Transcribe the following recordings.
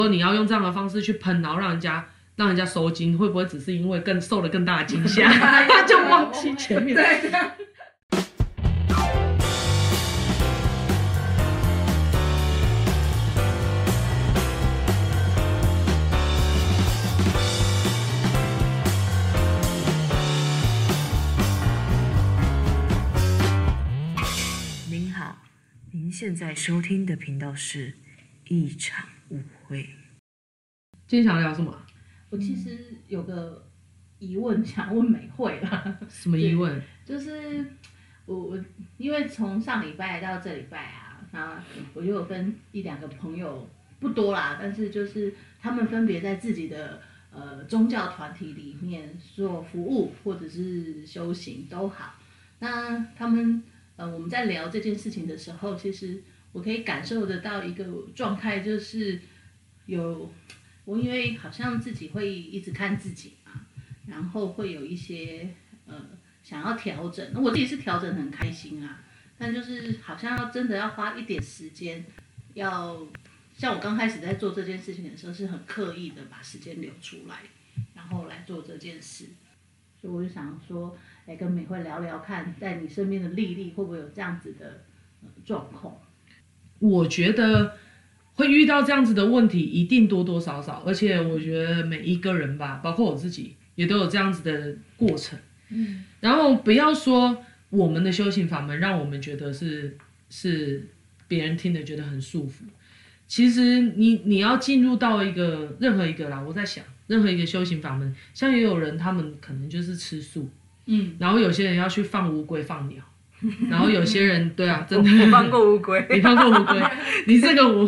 说你要用这样的方式去喷，然后让人家收惊，会不会只是因为受了更大的惊吓，他就忘记前面？ 对，这样。 您好，您现在收听的频道是一场误会。 今天想聊什么？ 我其实有个疑问想问美惠啦。 什么疑问？ 就是我因为从上礼拜到这礼拜啊，那我就有跟一两个朋友不多啦，但是就是他们分别在自己的宗教团体里面做服务或者是修行都好。那他们我们在聊这件事情的时候，其实我可以感受得到一个状态，就是我因为好像自己会一直看自己嘛，然后会有一些想要调整，我自己是调整很开心啊，但就是好像真的要花一点时间，像我刚开始在做这件事情的时候，是很刻意的把时间留出来，然后来做这件事，所以我就想说，跟美惠聊聊看，在你身边的历历会不会有这样子的状况？ 我觉得会遇到这样子的问题，一定多多少少，而且我觉得每一个人吧，包括我自己，也都有这样子的过程。然后不要说我们的修行法门让我们觉得是别人听了觉得很束缚，其实你要进入到任何一个啦，我在想任何一个修行法门，像也有人他们可能就是吃素，然后有些人要去放乌龟放鸟。然后有些人对啊，真的我放过乌龟， 你放过乌龟，你这个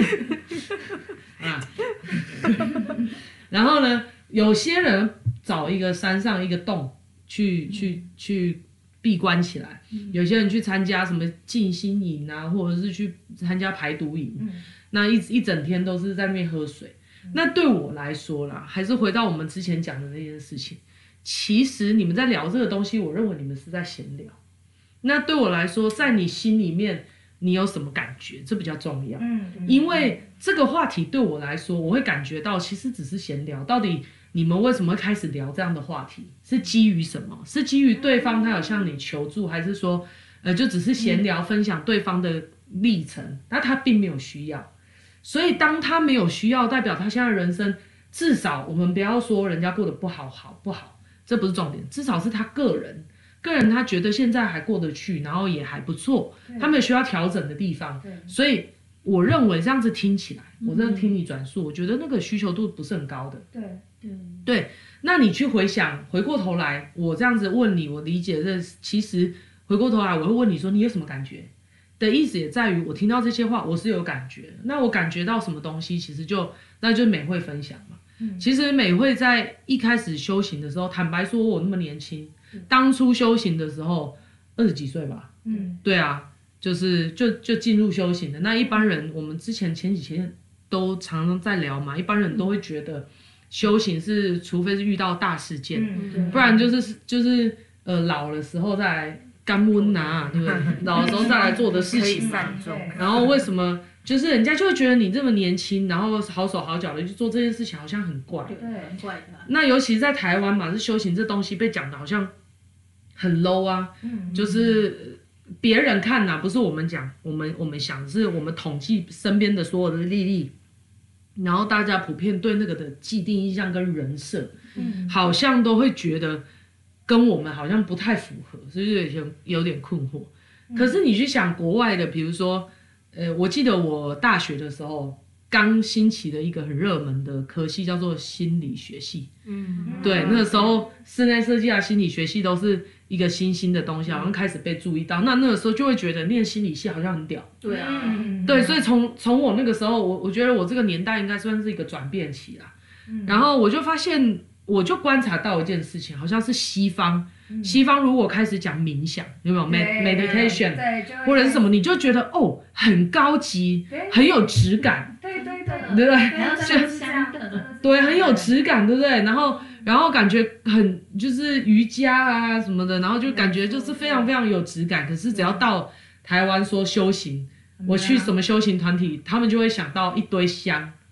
然后呢，有些人找一个山上一个洞去闭关起来，有些人去参加什么静心营啊，或者是去参加排毒营，那一整天都是在那边喝水。那对我来说啦，还是回到我们之前讲的那件事情，其实你们在聊这个东西，我认为你们是在闲聊。那对我来说，在你心里面你有什么感觉，这比较重要。因为这个话题对我来说，我会感觉到其实只是闲聊。到底你们为什么会开始聊这样的话题？是基于什么？是基于对方他有向你求助，还是说就只是闲聊分享对方的历程？那他并没有需要。所以当他没有需要，代表他现在人生至少我们不要说人家过得不好，这不是重点，至少是他个人他觉得现在还过得去，然后也还不错，他没有需要调整的地方，所以我认为这样子听起来，我真的听你转述，我觉得那个需求度不是很高的。对，那你去回过头来，我这样子问你，我理解这其实回过头来，我会问你说你有什么感觉的意思，也在于我听到这些话，我是有感觉，那我感觉到什么东西，其实那就美惠分享嘛。其实美惠在一开始修行的时候，坦白说，我那么年轻。当初修行的时候20几岁吧，对啊，就进入修行的。那一般人，我们前几天都常常在聊嘛，一般人都会觉得修行是，除非是遇到大事件，不然就是老的时候再来干温拿，对不对？老的时候再来做的事情嘛。然后为什么？就是人家就会觉得你这么年轻，然后好手好脚的去做这件事情，好像很怪。 对，很怪的。那尤其是在台湾嘛，是修行这东西被讲的好像很 low 啊，就是别人看呐，不是我们讲，我们想是我们统计身边的所有的历历，然后大家普遍对那个的既定印象跟人设，好像都会觉得跟我们好像不太符合，所以有点困惑。可是你去想国外的，比如说。我记得我大学的时候刚兴起的一个很热门的科系叫做心理学系，对，那个时候室内设计啊、心理学系都是一个新兴的东西，好像开始被注意到。那个时候就会觉得念心理系好像很屌， 对啊， 对，所以从我那个时候，我觉得我这个年代应该算是一个转变期啦。然后我就发现，我就观察到一件事情，好像是西方如果开始讲冥想，有没有 meditation 或者是什么，你就觉得很高级，很有质感，对不对？ 还要香的， 对，很有质感，对不对？然后感觉很就是瑜伽啊什么的，然后就感觉就是非常非常有质感。可是只要到台湾说修行，我去什么修行团体，他们就会想到一堆香，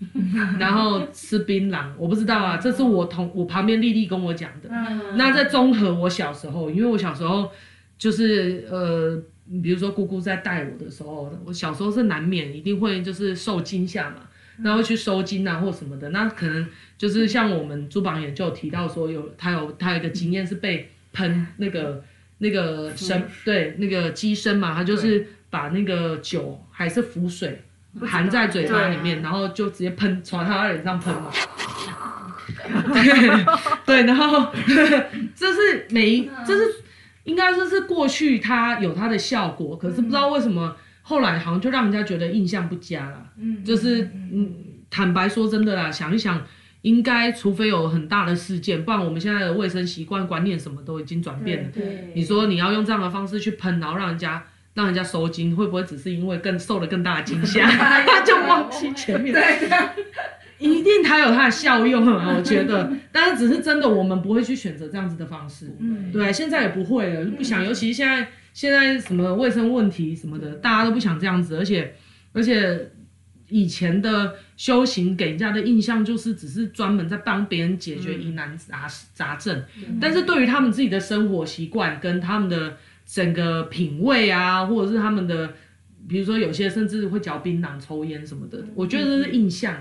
然后吃槟榔，我不知道啊，这是我旁边丽丽跟我讲的。那在综合我小时候，因为我小时候就是比如说姑姑在带我的时候，我小时候是难免一定会就是受惊吓嘛，然后去收惊啊或什么的，那可能就是像我们朱榜眼就有提到说他有一个经验是被喷那个对那个鸡生嘛，他就是把那个酒还是符水含在嘴巴里面，然后就直接喷朝他脸上喷嘛。对，然后这是应该说是过去它有它的效果，可是不知道为什么后来好像就让人家觉得印象不佳了。就是坦白说真的啦，想一想，应该除非有很大的事件，不然我们现在的卫生习惯、观念什么都已经转变了。你说你要用这样的方式去喷，然后让人家收惊，会不会只是因为受了更大的惊吓，他就忘记前面？一定它有它的效用啊，我觉得，但是只是真的我们不会去选择这样子的方式，对，现在也不会了，不想，尤其现在什么卫生问题什么的，大家都不想这样子，而且以前的修行给人家的印象就是只是专门在帮别人解决疑难杂症，但是对于他们自己的生活习惯跟他们的整个品味啊，或者是他们的。比如说有些甚至会嚼槟榔、抽烟什么的，我觉得这是印象。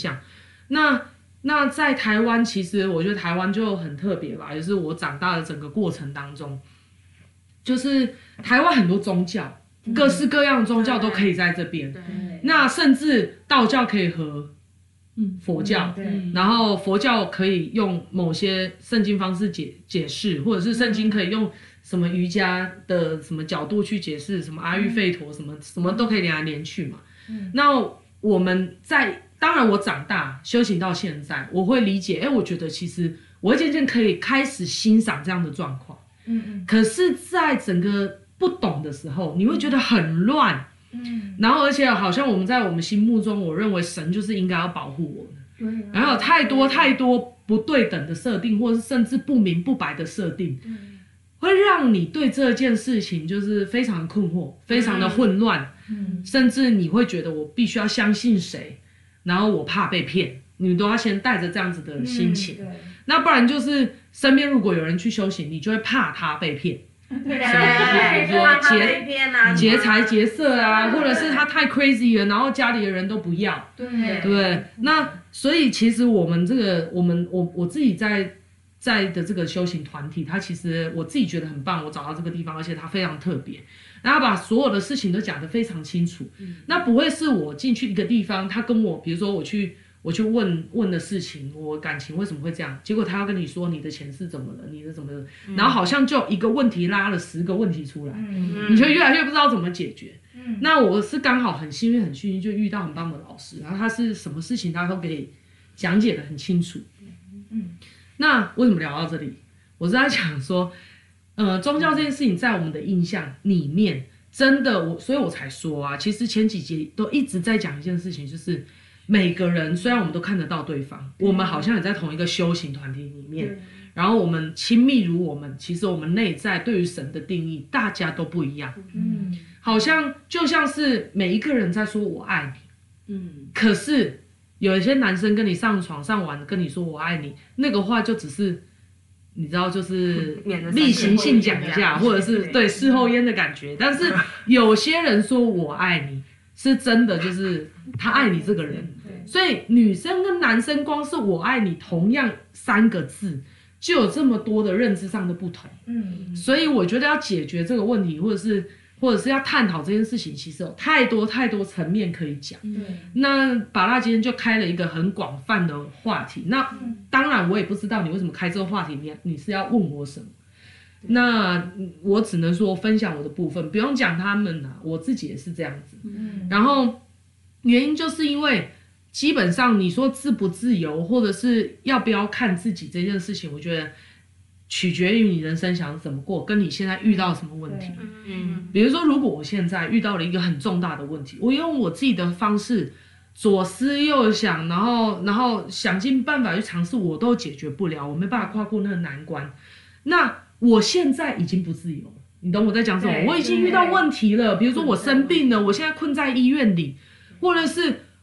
那在台湾，其实我觉得台湾就很特别吧，也是我长大的整个过程当中，就是台湾很多宗教，各式各样的宗教都可以在这边。那甚至道教可以和佛教，然后佛教可以用某些圣经方式解释，或者是圣经可以用。什么瑜伽的什么角度去解释，什么阿育吠陀，什么都可以连来连去嘛。那我们当然我长大修行到现在，我会理解，我觉得其实我会渐渐可以开始欣赏这样的状况。可是，在整个不懂的时候，你会觉得很乱。然后而且好像我们在我们心目中，我认为神就是应该要保护我的。然后有太多不对等的设定，或者是甚至不明不白的设定。会让你对这件事情就是非常困惑，非常的混乱，甚至你会觉得我必须要相信谁，然后我怕被骗，你都要先带着这样子的心情。那不然就是身边如果有人去修行，你就会怕他被骗，比如说劫财劫色啊，或者是他太 crazy 了，然后家里的人都不要，对不对？那所以其实我们我自己在的这个修行团体，它其实我自己觉得很棒，我找到这个地方，而且它非常特别，然后把所有的事情都讲得非常清楚。那不会是我进去一个地方，他跟我，比如说我去问的事情，我感情为什么会这样，结果他要跟你说你的前世怎么了，你的怎么了，然后好像就一个问题拉了10个问题出来，你就越来越不知道怎么解决。那我是刚好很幸运就遇到很棒的老师，然后他是什么事情他都给你讲解得很清楚。那为什么聊到这里？我是在讲说，宗教这件事情在我们的印象里面，真的所以我才说啊，其实前几集都一直在讲一件事情，就是每个人虽然我们都看得到对方，我们好像也在同一个修行团体里面，然后我们亲密如我们，其实我们内在对于神的定义大家都不一样。好像就像是每一个人在说我爱你，可是。有一些男生跟你上床上完跟你说我爱你，那个话就只是你知道就是例行性讲一下，或者是对事后烟的感觉。但是有些人说我爱你是真的，就是他爱你这个人。所以女生跟男生光是我爱你同样3个字就有这么多的认知上的不同。所以我觉得要解决这个问题，或者是要探讨这件事情，其实有太多层面可以讲。那巴拉今天就开了一个很广泛的话题。那当然我也不知道你为什么开这个话题，你是要问我什么？那我只能说分享我的部分，不用讲他们啊，我自己也是这样子。然后原因就是因为基本上你说自不自由，或者是要不要看自己这件事情，我觉得取决于你人生想怎么过，跟你现在遇到什么问题。比如说如果我现在遇到了一个很重大的问题，我用我自己的方式左思右想，然后想尽办法去尝试，我都解决不了，我没办法跨过那个难关。那我现在已经不自由了，你懂我在讲什么？我已经遇到问题了，比如说我生病了，我现在困在医院里，或者是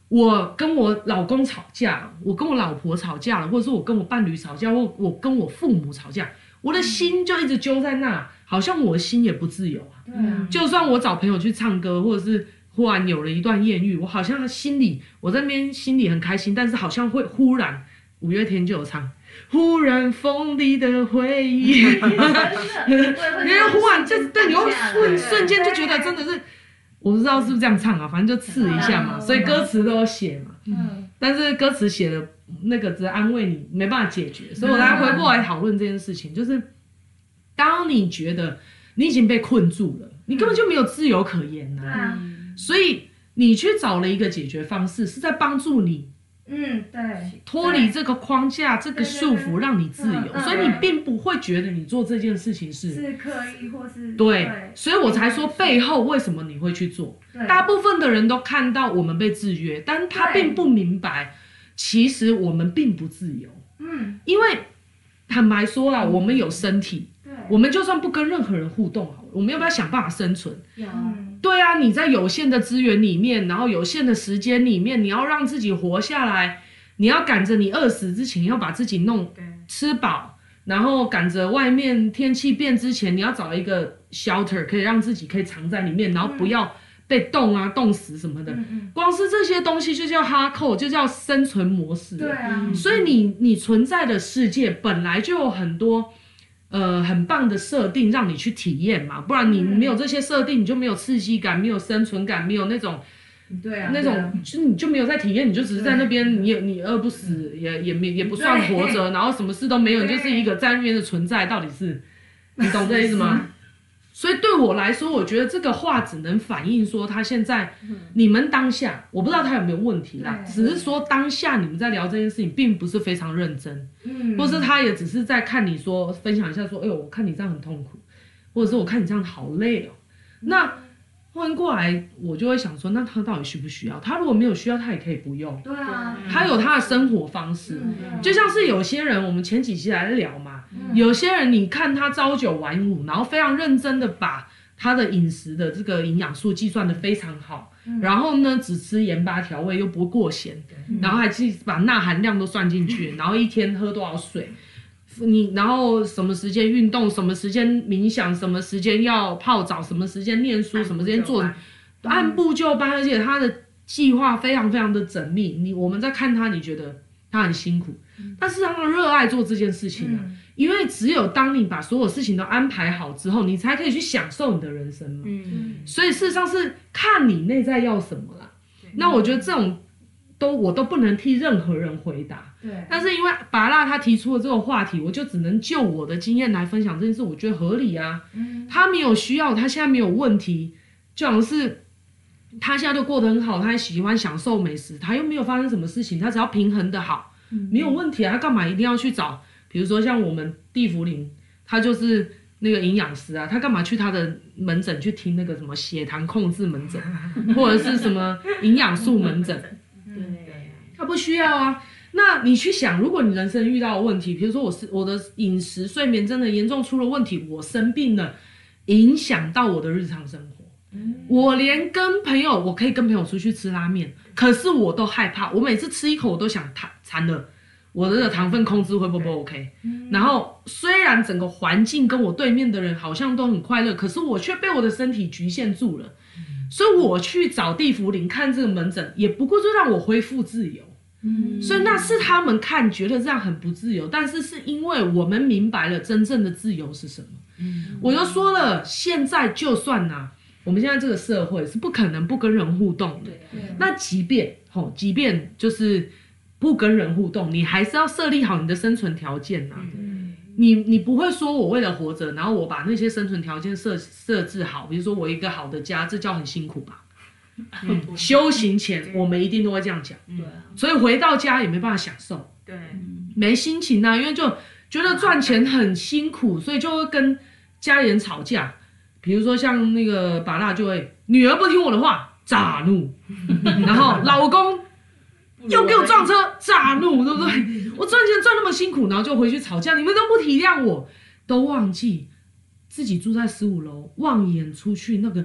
我跟我老公吵架了，我跟我老婆吵架了，或者是我跟我伴侣吵架，或我跟我父母吵架，我的心就一直揪在那，好像我的心也不自由啊。 对啊， 就算我找朋友去唱歌，或者是忽然有了一段艳遇，我好像心里我在那边心里很开心，但是好像会忽然五月天就有唱。忽然风里的回忆，因为忽然就对你会瞬间就觉得真的是，我不知道是不是这样唱啊，反正就刺一下嘛，所以歌词都有写嘛，但是歌词写的那个只安慰你，没办法解决，所以我来回过来讨论这件事情，就是当你觉得你已经被困住了，你根本就没有自由可言啊，所以你去找了一个解决方式，是在帮助你。 对， 脱离这个框架、这个束缚，让你自由，所以你并不会觉得你做这件事情是刻意或是对，所以我才说背后为什么你会去做。大部分的人都看到我们被制约，但他并不明白，其实我们并不自由。因为坦白说啦，我们有身体，我们就算不跟任何人互动好了，我们要不要想办法生存？对啊，你在有限的资源里面，然后有限的时间里面，你要让自己活下来，你要赶着你饿死之前要把自己吃饱，然后赶着外面天气变之前，你要找一个 shelter 可以让自己可以藏在里面，然后不要被冻死什么的。光是这些东西就叫hardcore，就叫生存模式。 对啊， 所以你存在的世界本来就有很多。很棒的设定让你去体验嘛，不然你没有这些设定，你就没有刺激感，没有生存感，没有那种，那种就是你就没有在体验，你就只是在那边，你饿不死，也不算活着，然后什么事都没有，你就是一个在那边的存在，到底是，你懂这意思吗？所以对我来说，我觉得这个话只能反映说他现在你们当下，我不知道他有没有问题啦，只是说当下你们在聊这件事情并不是非常认真，或是他也只是在看你说分享一下说，哎呦，我看你这样很痛苦，或者是我看你这样好累哦。那换过来，我就会想说，那他到底需不需要？他如果没有需要，他也可以不用。 对啊， 他有他的生活方式，就像是有些人，我们前几期来聊嘛，有些人你看他朝九晚五，然后非常认真的把他的饮食的这个营养素计算的非常好，然后呢只吃盐巴调味又不过咸，然后还去把钠含量都算进去，然后一天喝多少水。然后什么时间运动，什么时间冥想，什么时间要泡澡，什么时间念书，什么时间做，按部就班，而且他的计划非常非常的缜密。我们在看他，你觉得他很辛苦，但是他热爱做这件事情啊。因为只有当你把所有事情都安排好之后，你才可以去享受你的人生嘛。所以事实上是看你内在要什么啦。那我觉得这种我都不能替任何人回答。 对， 但是因为拔蜡他提出了这个话题，我就只能就我的经验来分享这件事，我觉得合理啊。他没有需要，他现在没有问题，就好像是他现在都过得很好，他还喜欢享受美食，他又没有发生什么事情，他只要平衡的好，没有问题啊。他干嘛一定要去找？比如说像我们地福林，他就是那个营养师啊，他干嘛去他的门诊去听那个什么血糖控制门诊，或者是什么营养素门诊？他不需要啊。那你去想，如果你人生遇到的问题，比如说我的饮食睡眠真的严重出了问题，我生病了，影响到我的日常生活，我连我可以跟朋友出去吃拉面，可是我都害怕，我每次吃一口我都想惨了，我的糖分控制会不会 OK？然后虽然整个环境跟我对面的人好像都很快乐，可是我却被我的身体局限住了，所以我去找地福林看这个门诊，也不过就让我恢复自由。所以那是他们看觉得这样很不自由，但是是因为我们明白了真正的自由是什么。我就说了，现在就算我们现在这个社会是不可能不跟人互动的，那即便就是不跟人互动，你还是要设立好你的生存条件你不会说我为了活着，然后我把那些生存条件设置好，比如说我一个好的家，这叫很辛苦吧。修行前我们一定都会这样讲，所以回到家也没办法享受，没心情因为就觉得赚钱很辛苦，所以就会跟家里人吵架。比如说像那个拔蜡就会，女儿不听我的话，炸怒，然后老公又给我撞车，炸怒，对不对？我赚钱赚那么辛苦，然后就回去吵架，你们都不体谅我，都忘记自己住在15楼，望眼出去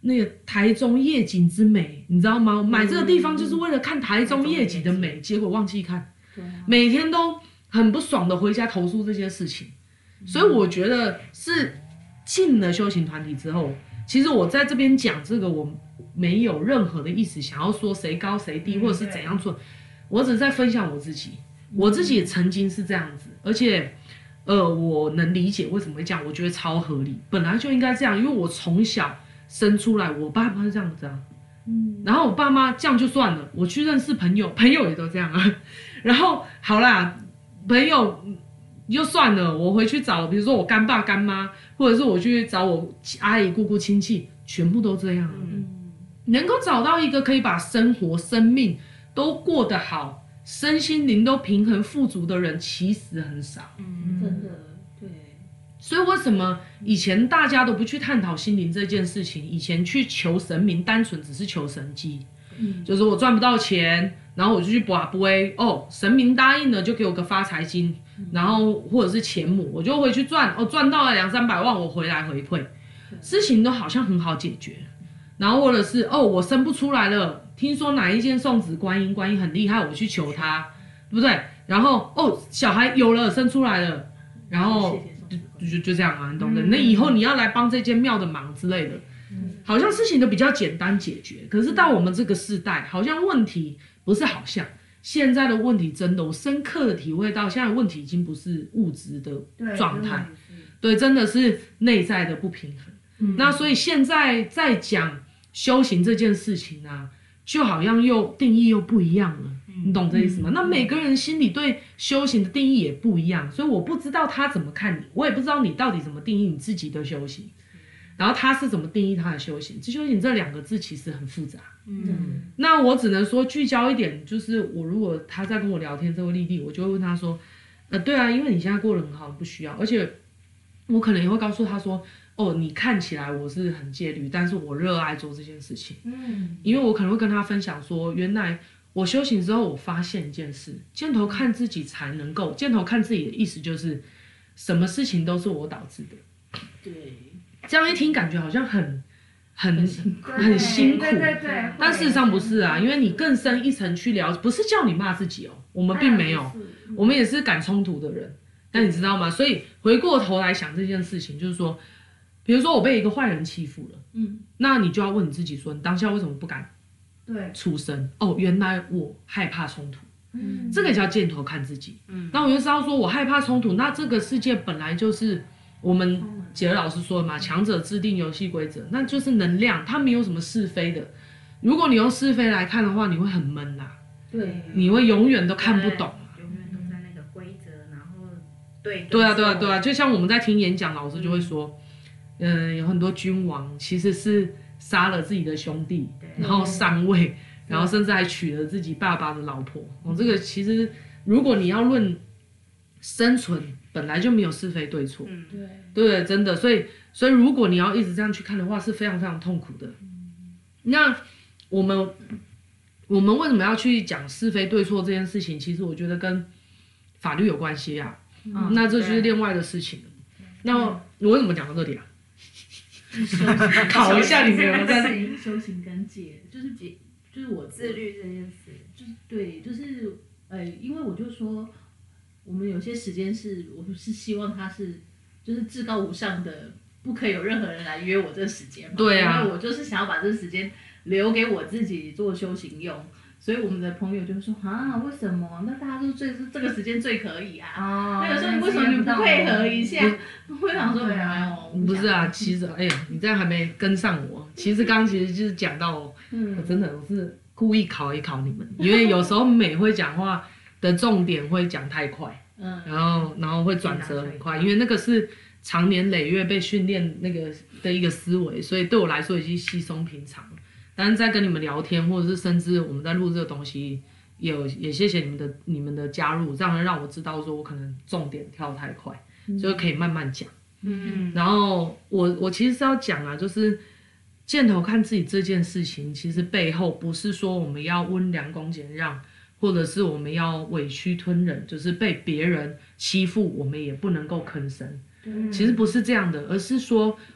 那个台中夜景之美，你知道吗？买这个地方就是为了看台中夜景的美，结果忘记看，每天都很不爽的回家投诉这些事情。所以我觉得是进了修行团体之后，其实我在这边讲这个，我没有任何的意思想要说谁高谁低，或者是怎样做，我只是在分享我自己，我自己也曾经是这样子，而且。我能理解为什么会这样，我觉得超合理，本来就应该这样，因为我从小生出来，我爸妈是这样子啊，然后我爸妈这样就算了，我去认识朋友，朋友也都这样啊，然后好啦，朋友就算了，我回去找，比如说我干爸干妈，或者是我去找我阿姨姑姑亲戚，全部都这样啊，能够找到一个可以把生活、生命都过得好。身心灵都平衡富足的人其实很少， 真的对。 所以为什么以前大家都不去探讨心灵这件事情？以前去求神明，单纯只是求神迹，就是我赚不到钱，然后我就去拔杯，神明答应了就给我个发财金，然后或者是钱母，我就回去赚，赚到了200-300万，我回来回馈，事情都好像很好解决。然后或者是我生不出来了。听说哪一件送子观音很厉害，我去求他，对不对？然后小孩有了，生出来了，然后就这样啊，你懂的。那以后你要来帮这间庙的忙之类的，好像事情都比较简单解决。可是到我们这个世代，好像问题不是好像现在的问题真的，我深刻的体会到，现在的问题已经不是物质的状态，对，真的是内在的不平衡。那所以现在在讲修行这件事情啊。就好像定义又不一样了，你懂这意思吗？那每个人心里对修行的定义也不一样，所以我不知道他怎么看你，我也不知道你到底怎么定义你自己的修行，然后他是怎么定义他的修行。修行这2个字其实很复杂，那我只能说聚焦一点，就是我如果他在跟我聊天，这位丽丽，我就会问他说，对啊，因为你现在过得很好，不需要，而且我可能也会告诉他说。你看起来我是很戒律，但是我热爱做这件事情。因为我可能会跟他分享说，原来我修行之后，我发现一件事，箭头看自己才能够，箭头看自己的意思就是，什么事情都是我导致的。 对， 这样一听感觉好像很辛苦， 对， 但事实上不是啊，因为你更深一层去了解，不是叫你骂自己我们并没有，我们也是敢冲突的人。但你知道吗？所以回过头来想这件事情，就是说。比如说我被一个坏人欺负了，那你就要问你自己说，你当下为什么不敢出声？原来我害怕冲突，这个叫箭头看自己。那我就知道说我害怕冲突，那这个世界本来就是我们杰儿老师说的嘛，强者制定游戏规则，那就是能量，它没有什么是非的。如果你用是非来看的话，你会很闷呐， 对， 你会永远都看不懂。 永远都在那个规则，然后对啊，就像我们在听演讲，老师就会说。有很多君王其实是杀了自己的兄弟，然后上位，然后甚至还娶了自己爸爸的老婆。这个其实如果你要论生存，本来就没有是非对错。对，真的。所以如果你要一直这样去看的话，是非常非常痛苦的。那我们为什么要去讲是非对错这件事情？其实我觉得跟法律有关系啊。那这就是另外的事情了。那我为什么讲到这里啊？考一下你们有没有在修行跟戒，就是我自律这件事， 就是因为我就说，我们有些时间我是希望它是就是至高无上的，不可以有任何人来约我这个时间嘛。 对啊， 因为我就是想要把这个时间留给我自己做修行用。所以我们的朋友就说为什么？那大家都这个时间最可以啊。那有时候为什么你不配合一下？我想说不是啊，其实你这样还没跟上我。其实刚其实就是讲到，真的我是故意考一考你们，因为有时候美会讲话的重点会讲太快，然后会转折很快，因为那个是长年累月被训练那个的一个思维，所以对我来说已经稀松平常了。但是在跟你们聊天，或者是甚至我们在录这个东西，也谢谢你们的加入，这样让我知道说我可能重点跳太快，所以可以慢慢讲。然后我其实是要讲啊，就是箭头看自己这件事情，其实背后不是说我们要温良恭俭让，或者是我们要委屈吞忍，就是被别人欺负我们也不能够吭声。其实不是这样的，而是说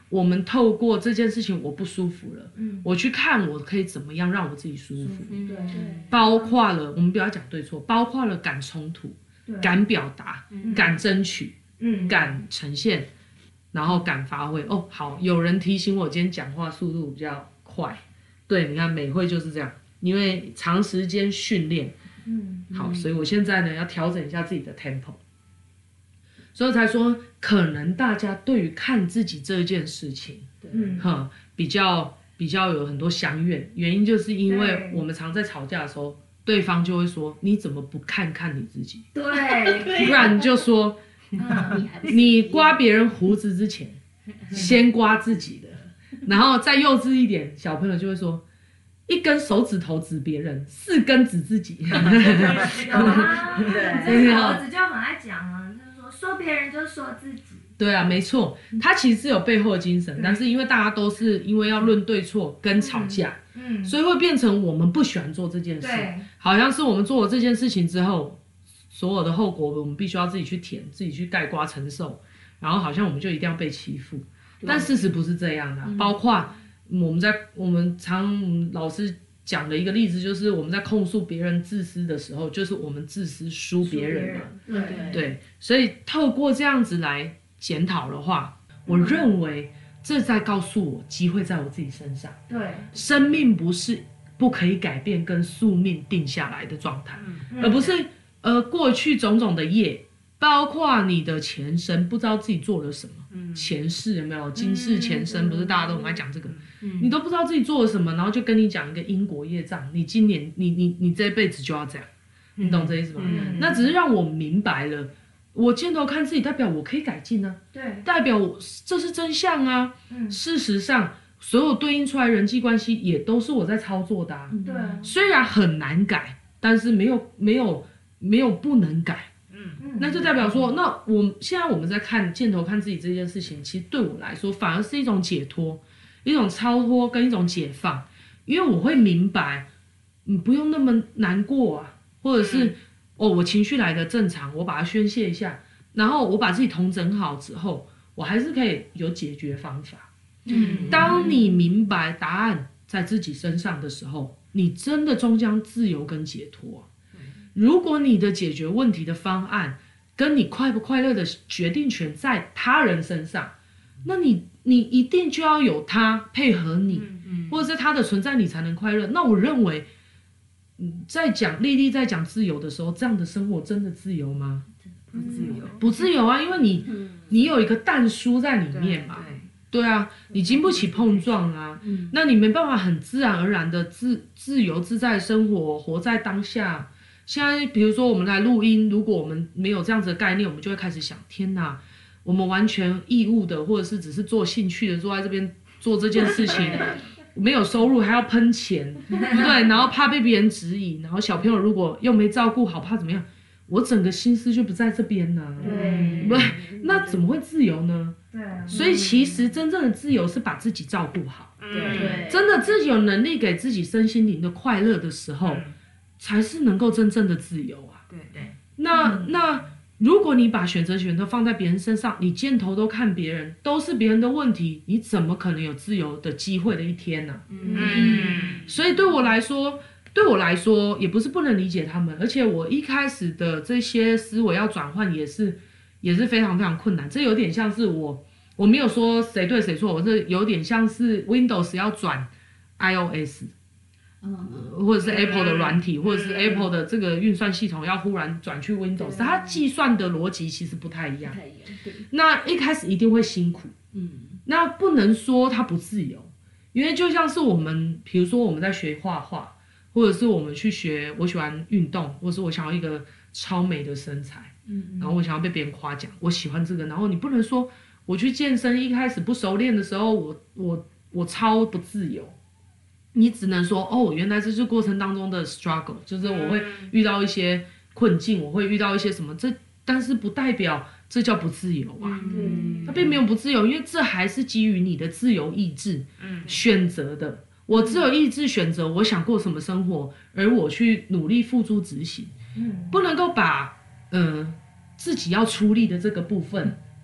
我们透过这件事情我不舒服了，我去看我可以怎么样让我自己舒服， 对， 包括了我们不要讲对错，包括了敢冲突、敢表达、敢争取、敢呈现，然后敢发挥。哦，好，有人提醒我今天讲话速度比较快，对，你看美慧就是这样，因为长时间训练，好，所以我现在呢要调整一下自己的 tempo。所以才说，可能大家对于看自己这件事情，比较有很多相怨，原因就是因为我们常在吵架的时候，对方就会说：“你怎么不看看你自己？” 对， 不然就说：“你刮别人胡子之前，先刮自己的。”然后再幼稚一点，小朋友就会说：“一根手指头指别人，4根指自己。” 有啊，对，我儿子就很爱讲啊。说别人就说自己， 对啊，没错，他其实是有背后的精神，但是因为大家都是因为要论对错跟吵架，所以会变成我们不喜欢做这件事，好像是我们做了这件事情之后，所有的后果我们必须要自己去填，自己去盖瓜承受，然后好像我们就一定要被欺负，但事实不是这样的，包括我们老师讲的一个例子，就是我们在控诉别人自私的时候，就是我们自私输别人了。对，所以透过这样子来检讨的话，我认为这在告诉我，机会在我自己身上。 对， 生命不是不可以改变跟宿命定下来的状态，而不是过去种种的业，包括你的前生不知道自己做了什么，前世有没有今世前生，不是大家都很爱讲这个，你都不知道自己做了什么，然后就跟你讲一个因果业障，你今年你这辈子就要这样，你懂这意思吗？那只是让我明白了，我镜头看自己，代表我可以改进啊， 对， 代表这是真相啊，事实上所有对应出来人际关系也都是我在操作的啊， 对， 虽然很难改，但是没有不能改。那就代表说，那现在我们在镜头看自己这件事情，其实对我来说反而是一种解脱，一种超脱跟一种解放，因为我会明白，你不用那么难过啊，或者是我情绪来的正常，我把它宣泄一下，然后我把自己统整好之后，我还是可以有解决方法。当你明白答案在自己身上的时候，你真的终将自由跟解脱啊。如果你的解决问题的方案跟你快不快乐的决定权在他人身上，那你一定就要有他配合你，或者是他的存在你才能快乐。那我认为，丽丽在讲自由的时候，这样的生活真的自由吗？不自由啊，因为你有一个但书在里面嘛。对啊，你经不起碰撞啊，那你没办法很自然而然的自由自在生活，活在当下。现在比如说我们来录音，如果我们没有这样子的概念，我们就会开始想，天哪，我们完全义务的，或者是只是做兴趣的，坐在这边做这件事情，没有收入还要喷钱，对不对？然后怕被别人质疑，然后小朋友如果又没照顾好，怕怎么样？我整个心思就不在这边呢，不，那怎么会自由呢？ 对， 所以其实真正的自由是把自己照顾好， 对， 真的自己有能力给自己身心灵的快乐的时候，才是能够真正的自由啊。 对， 那如果你把选择权都放在别人身上，你箭头都看别人，都是别人的问题，你怎么可能有自由的机会的一天呢？所以对我来说也不是不能理解他们，而且我一开始的这些思维要转换也是非常非常困难。这有点像是我没有说谁对谁错，我这有点像是 Windows 要转 iOS，或者是 Apple 的软体，或者是 Apple 的这个运算系统要忽然转去 Windows，它计算的逻辑其实不太一样。那一开始一定会辛苦，那不能说它不自由，因为就像是我们，比如说我们在学画画。或者是我们去学，我喜欢运动，或者是我想要一个超美的身材，然后我想要被别人夸奖，我喜欢这个，然后你不能说我去健身一开始不熟练的时候，我超不自由，你只能说原来这是过程当中的 struggle， 就是我会遇到一些困境，我会遇到一些什么，但是不代表这叫不自由啊，它并没有不自由，因为这还是基于你的自由意志选择的。我只有意志选择我想过什么生活，而我去努力付诸执行，不能够把自己要出力的这个部分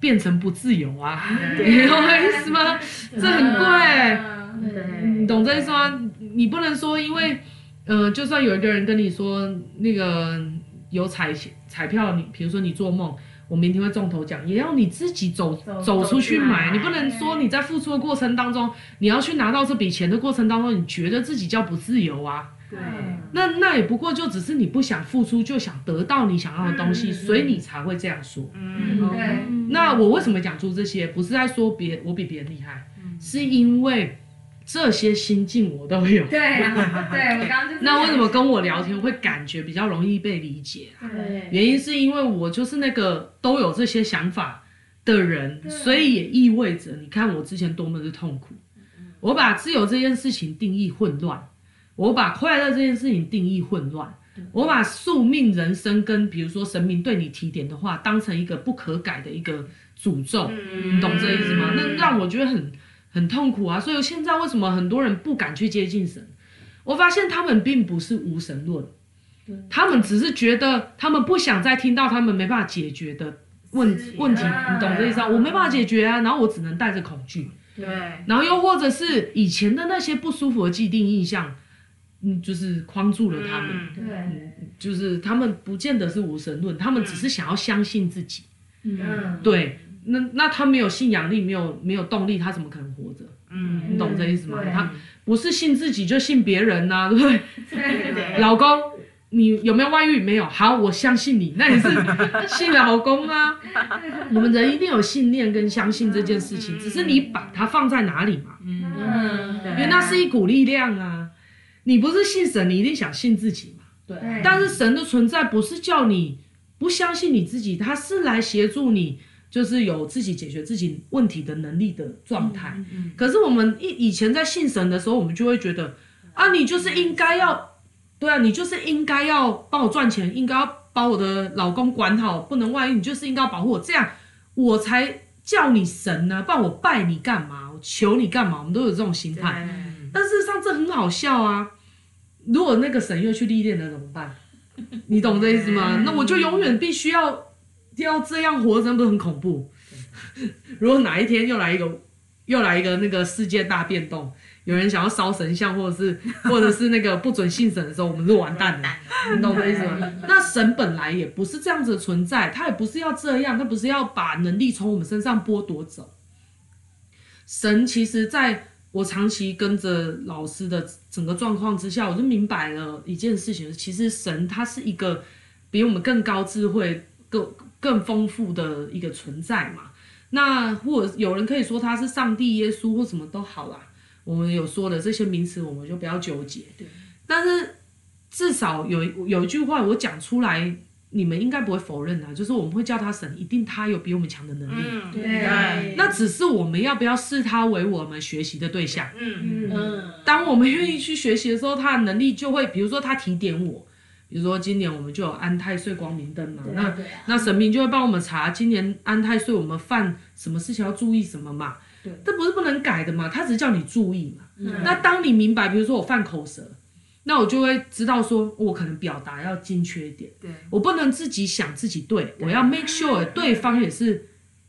变成不自由啊，你懂我意思吗？这很贵，你懂这意思吗？你不能说因为，就算有一个人跟你说那个有彩票，你比如说你做梦，我明天会中头奖，也要你自己走出去买，你不能说你在付出的过程当中，你要去拿到这笔钱的过程当中，你觉得自己叫不自由啊？ 对， 那也不过就只是你不想付出，就想得到你想要的东西，所以你才会这样说。 对， 那我为什么讲出这些？不是在说我比别人厉害，是因为这些心境我都有。 对，我刚刚就是。 那为什么跟我聊天会感觉比较容易被理解啊？ 对， 原因是因为我就是那个都有这些想法的人，所以也意味着你看我之前多么的痛苦。我把自由这件事情定义混乱，我把快乐这件事情定义混乱，我把宿命人生跟比如说神明对你提点的话当成一个不可改的一个诅咒，你懂这意思吗？那让我觉得很痛苦啊！所以现在为什么很多人不敢去接近神？我发现他们并不是无神论，他们只是觉得他们不想再听到他们没办法解决的问题，你懂这意思吗？我没办法解决啊，然后我只能带着恐惧， 对， 然后又或者是以前的那些不舒服的既定印象，就是框住了他们， 对， 就是他们不见得是无神论，他们只是想要相信自己，对。那他没有信仰力，没有动力，他怎么可能活着？你懂这意思吗？他不是信自己就信别人呐，对不对？ 对， 老公，你有没有外遇？没有，好，我相信你，那你是信老公吗？我们人一定有信念跟相信这件事情，只是你把它放在哪里嘛？因为那是一股力量啊。你不是信神，你一定想信自己嘛？ 对， 但是神的存在不是叫你不相信你自己，他是来协助你。就是有自己解决自己问题的能力的状态，可是我们以前在信神的时候，我们就会觉得啊，你就是应该要，对啊，你就是应该要帮我赚钱，应该要把我的老公管好，不能外遇，你就是应该要保护我，这样我才叫你神呢，不然我拜你干嘛？我求你干嘛？我们都有这种心态，但事实上这很好笑啊。如果那个神又去历练了怎么办？你懂这意思吗？那我就永远必须要这样活着，不是很恐怖？如果哪一天又来一个那个世界大变动，有人想要烧神像，或者是那个不准信神的时候，我们就完蛋了，你懂这意思吗？那神本来也不是这样子的存在，他也不是要这样，他不是要把能力从我们身上剥夺走。神其实在我长期跟着老师的整个状况之下，我就明白了一件事情，其实神他是一个比我们更高智慧、更丰富的一个存在嘛。那或者有人可以说他是上帝、耶稣或什么都好啦，我们有说的这些名词我们就不要纠结。但是至少有一句话我讲出来，你们应该不会否认啊，就是我们会叫他神，一定他有比我们强的能力。 对， 那只是我们要不要视他为我们学习的对象。当我们愿意去学习的时候，他的能力就会，比如说他提点我。比如说今年我们就有安太岁光明灯嘛，那神明就会帮我们查今年安太岁我们犯什么事情要注意什么嘛，这不是不能改的嘛，他只是叫你注意嘛。那当你明白，比如说我犯口舌，那我就会知道说我可能表达要精确一点，我不能自己想自己对，我要 make sure 对方也是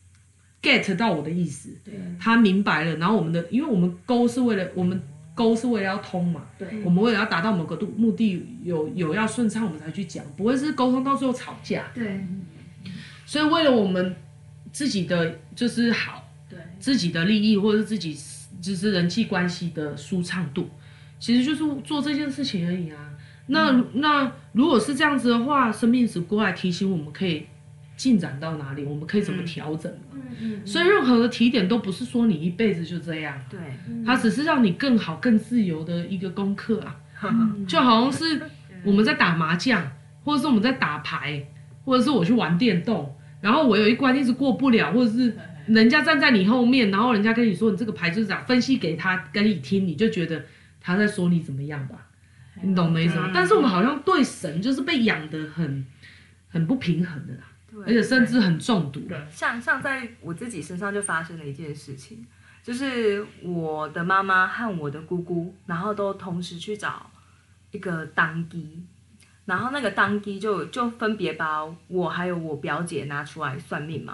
get 到我的意思，他明白了，然后因为我们勾是为了要通嘛，我们为了要达到某个目的，有要顺畅，我们才去讲，不会是沟通到最后吵架。所以为了我们自己的就是好，自己的利益或者是自己就是人际关系的舒畅度，其实就是做这件事情而已啊。那如果是这样子的话，生命史过来提醒我们可以进展到哪里，我们可以怎么调整嘛。所以任何的提点都不是说你一辈子就这样，它只是让你更好更自由的一个功课啊。就好像是我们在打麻将，或者是我们在打牌，或者是我去玩电动，然后我有一关一直过不了，或者是人家站在你后面，然后人家跟你说你这个牌就是这样，分析给他跟你听，你就觉得他在说你怎么样吧，你懂没意思吗？但是我们好像对神就是被养得很不平衡的啦。而且甚至很中毒。 像在我自己身上就发生了一件事情，就是我的妈妈和我的姑姑，然后都同时去找一个当机，然后那个当机就分别把我还有我表姐拿出来算命嘛，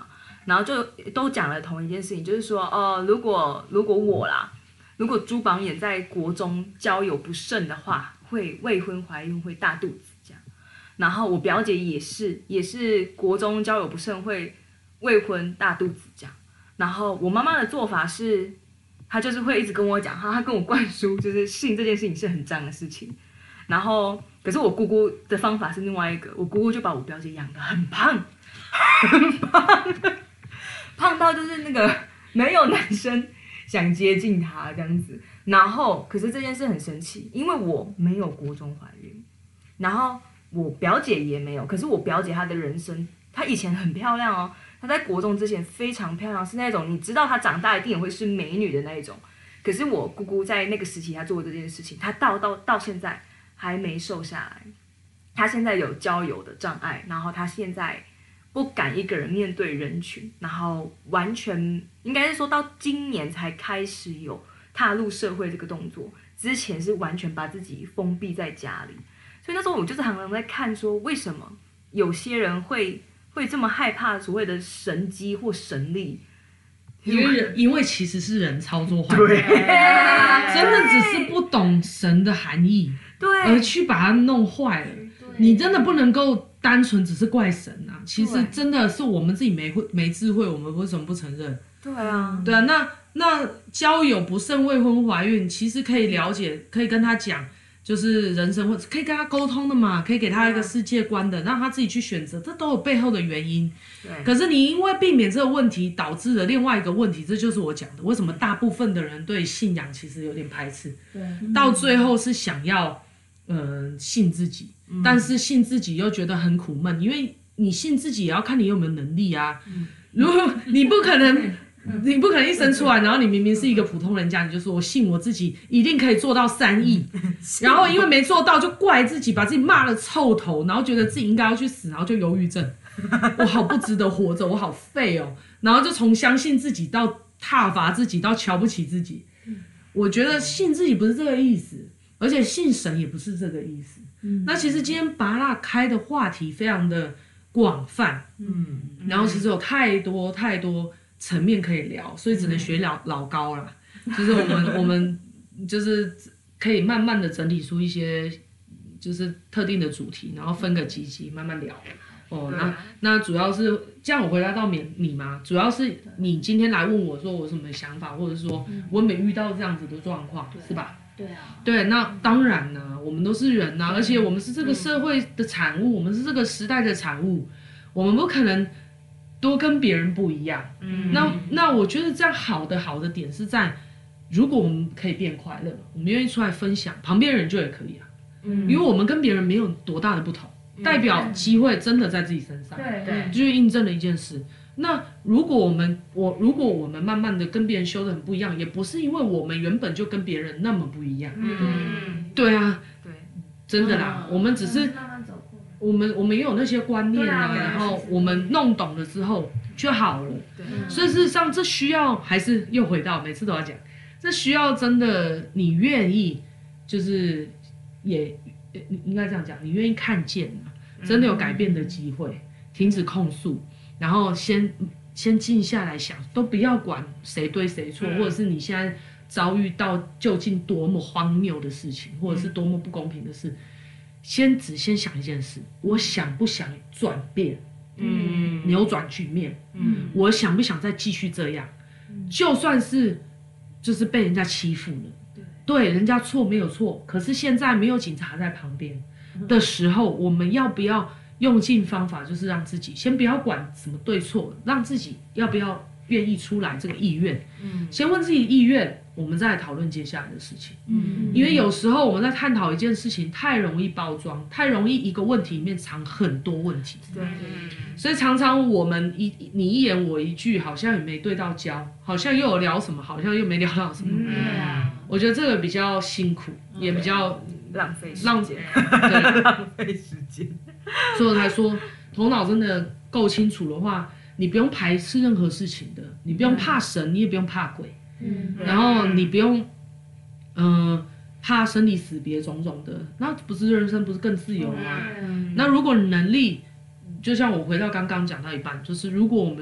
然后就都讲了同一件事情，就是说如果我啦，如果朱榜眼在国中交友不慎的话，会未婚怀孕，会大肚子这样。然后我表姐也是国中交友不慎，会未婚大肚子这样。然后我妈妈的做法是，她就是会一直跟我讲，她跟我灌输，就是性这件事情是很脏的事情。然后可是我姑姑的方法是另外一个，我姑姑就把我表姐养得很胖，很胖，胖到就是那个没有男生想接近她这样子。然后可是这件事很神奇，因为我没有国中怀孕，然后我表姐也没有。可是我表姐她的人生，她以前很漂亮哦，她在国中之前非常漂亮，是那种你知道她长大一定也会是美女的那一种。可是我姑姑在那个时期她做这件事情，她到现在还没瘦下来。她现在有交友的障碍，然后她现在不敢一个人面对人群，然后完全应该是说到今年才开始有踏入社会这个动作，之前是完全把自己封闭在家里。所以那时候我就是常常在看说，为什么有些人会这么害怕所谓的神机或神力？ 因为其实是人操作坏的，真的只是不懂神的含义， 对， 而去把它弄坏了。你真的不能够单纯只是怪神啊，其实真的是我们自己没智慧，我们为什么不承认？ 对啊， 对啊，那交友不慎未婚怀孕，其实可以了解，可以跟他讲，就是人生可以跟他沟通的嘛，可以给他一个世界观的，让他自己去选择，这都有背后的原因。 对。 可是你因为避免这个问题，导致了另外一个问题，这就是我讲的，为什么大部分的人对信仰其实有点排斥， 对， 到最后是想要信自己，但是信自己又觉得很苦闷，因为你信自己也要看你有没有能力啊。如果你不可能。你不可能一生出来，然后你明明是一个普通人家，你就说我信我自己一定可以做到3亿，然后因为没做到就怪自己，把自己骂了臭头，然后觉得自己应该要去死，然后就忧郁症，我好不值得活着，我好废哦，然后就从相信自己到挞伐自己到瞧不起自己。我觉得信自己不是这个意思，而且信神也不是这个意思。那其实今天拔蜡开的话题非常的广泛，然后其实有太多层面可以聊，所以只能学老高啦。就是我们就是可以慢慢的整理出一些就是特定的主题，然后分个几集慢慢聊。那主要是这样，我回答到你嘛，主要是你今天来问我说我什么想法，或者说我没遇到这样子的状况，是吧？ 对啊， 对，那当然呢，我们都是人呐，而且我们是这个社会的产物，我们是这个时代的产物，我们不可能多跟别人不一样。那我觉得这样好的点是在，如果我们可以变快乐，我们愿意出来分享，旁边人就也可以啊。因为我们跟别人没有多大的不同，代表机会真的在自己身上。 对， 就是印证了一件事。那如果我们慢慢的跟别人修得很不一样，也不是因为我们原本就跟别人那么不一样。对啊， 对， 真的啦，我们只是慢慢走过来。 我们也有那些观念啊， 对啊然后我们弄懂了之后就好了。 对， 所以事实上这需要还是又回到每次都要讲，这需要真的你愿意，就是也应该这样讲，你愿意看见真的有改变的机会，停止控诉，然后先静下来想，都不要管谁对谁错，或者是你现在遭遇到究竟多么荒谬的事情，或者是多么不公平的事，先想一件事，我想不想转变，扭转局面，我想不想再继续这样，就算是就是被人家欺负了，对，人家错没有错，可是现在没有警察在旁边的时候，我们要不要用尽方法，就是让自己先不要管什么对错，让自己要不要愿意出来这个意愿，先问自己意愿，我们再来讨论接下来的事情。因为有时候我们在探讨一件事情，太容易包装，太容易一个问题里面藏很多问题。 对， 所以常常我们你一言我一句，好像也没对到焦，好像又有聊什么，好像又没聊到什么。 对啊， 我觉得这个比较辛苦，也比较浪费时间， 对， 浪费时间。 所以我才说，头脑真的够清楚的话，你不用排斥任何事情的，你不用怕神，你也不用怕鬼，然后你不用怕生离死别种种的，那不是人生不是更自由吗？那如果能力，就像我回到刚刚讲到一半，就是如果我们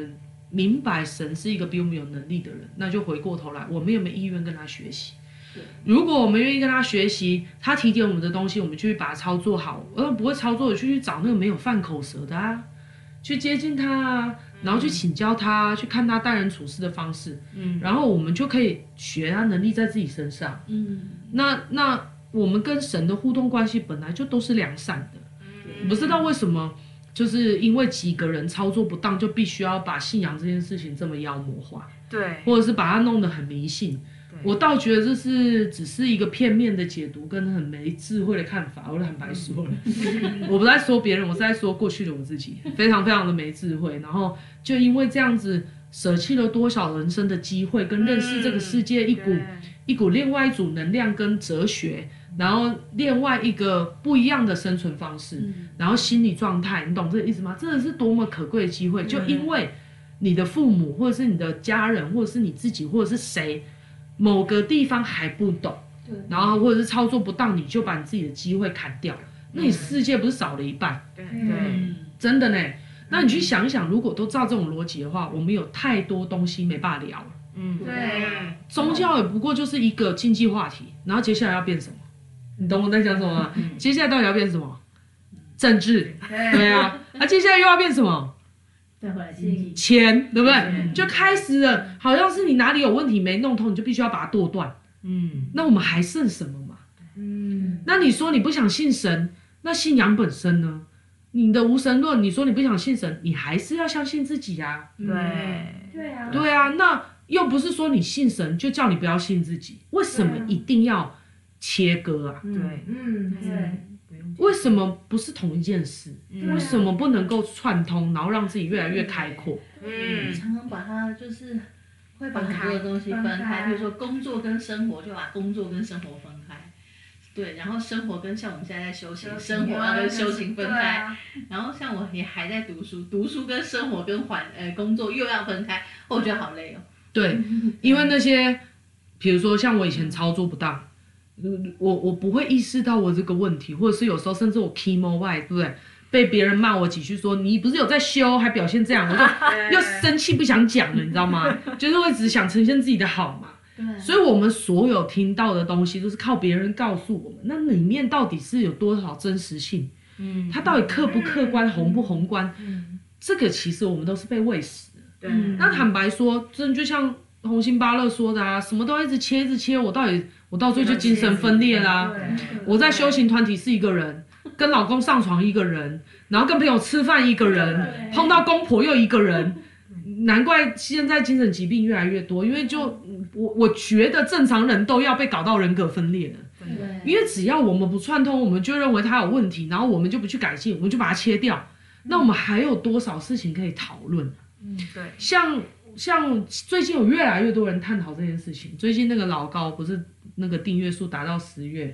明白神是一个比我们有能力的人，那就回过头来，我们有没有意愿跟他学习？如果我们愿意跟他学习，他提点我们的东西，我们就去把它操作好。不会操作的，去找那个没有犯口舌的啊，去接近他啊，然后去请教他，去看他待人处事的方式，然后我们就可以学他能力在自己身上。那我们跟神的互动关系本来就都是良善的，不知道为什么。就是因为几个人操作不当，就必须要把信仰这件事情这么妖魔化， 对， 或者是把它弄得很迷信。我倒觉得这只是一个片面的解读跟很没智慧的看法。我坦白说了，我不在说别人，我是在说过去的我自己，非常非常的没智慧。然后就因为这样子，舍弃了多少人生的机会，跟认识这个世界一股另外一组能量跟哲学。然后另外一个不一样的生存方式，然后心理状态，你懂这个意思吗？真的是多么可贵的机会！就因为你的父母，或者是你的家人，或者是你自己，或者是谁，某个地方还不懂，然后或者是操作不当，你就把你自己的机会砍掉，那你世界不是少了一半？ 对， 真的呢。那你去想一想，如果都照这种逻辑的话，我们有太多东西没办法聊了。 对， 宗教也不过就是一个经济话题，然后接下来要变什么？你懂我在讲什么吗？接下来到底要变什么？政治，对啊，接下来又要变什么？ 再回来经济钱，对不对？就开始了，好像是你哪里有问题没弄通，你就必须要把它剁断。那我们还剩什么嘛？那你说你不想信神，那信仰本身呢？你的无神论，你说你不想信神，你还是要相信自己啊。对啊，那又不是说你信神就叫你不要信自己，为什么一定要切割啊？为什么不是同一件事？为什么不能够串通，然后让自己越来越开阔？ 常常把它就是会把很多的东西分开，比如说工作跟生活，就把工作跟生活分开。对，然后生活跟像我们现在在修行，生活要跟修行分开。然后像我也还在读书，读书跟生活跟工作又要分开，我觉得好累哦。 对，因为那些，比如说像我以前操作不当。我不会意识到我这个问题，或者是有时候甚至我 emo 外，对不对？被别人骂我几句说你不是有在修，还表现这样，我就又生气不想讲了，你知道吗？就是会只想呈现自己的好嘛。所以我们所有听到的东西都是靠别人告诉我们，那里面到底是有多少真实性？它到底客不客观，宏不宏观？这个其实我们都是被喂死的。那坦白说，真的就像洪兴巴勒说的啊，什么都一直切，我到最后就精神分裂啦。我在修行团体是一个人，跟老公上床一个人，然后跟朋友吃饭一个人，碰到公婆又一个人。难怪现在精神疾病越来越多，因为就我觉得正常人都要被搞到人格分裂的。因为只要我们不串通，我们就认为他有问题，然后我们就不去改进，我们就把它切掉。那我们还有多少事情可以讨论？ 对， 像最近有越来越多人探讨这件事情。最近那个老高不是那个订阅数达到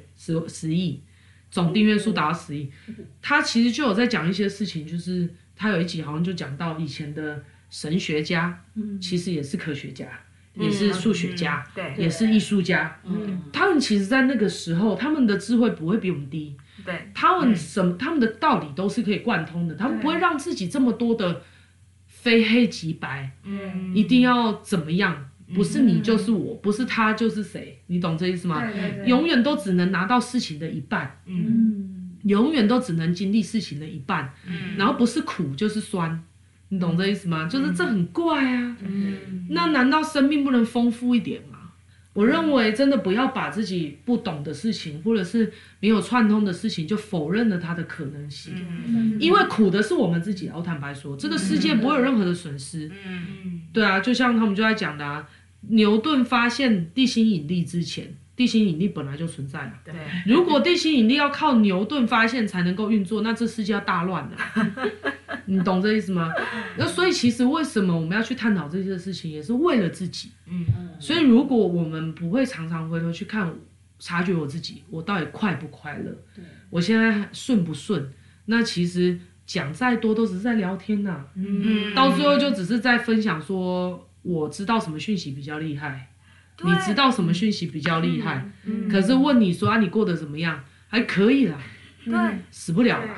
10亿，总订阅数达到10亿，他其实就有在讲一些事情，就是他有一集好像就讲到以前的神学家，其实也是科学家，也是数学家，也是艺术家。他们其实在那个时候，他们的智慧不会比我们低， 对， 他们的道理都是可以贯通的，他们不会让自己这么多的非黑即白，一定要怎么样，不是你就是我，不是他就是谁，你懂这意思吗？永远都只能拿到事情的一半，永远都只能经历事情的一半，然后不是苦就是酸，你懂这意思吗？就是这很怪啊，那难道生命不能丰富一点吗？我认为真的不要把自己不懂的事情，或者是没有串通的事情，就否认了它的可能性。因为苦的是我们自己，我坦白说，这个世界不会有任何的损失。对啊，就像他们就在讲的啊，牛顿发现地心引力之前，地心引力本来就存在了。如果地心引力要靠牛顿发现才能够运作，那这世界要大乱了。你懂这意思吗？那所以其实为什么我们要去探讨这些事情，也是为了自己。所以如果我们不会常常回头去看，察觉我自己，我到底快不快乐，我现在顺不顺，那其实讲再多都只是在聊天呐。到最后就只是在分享说，我知道什么讯息比较厉害，你知道什么讯息比较厉害，可是问你说你过得怎么样，还可以啦，死不了啦。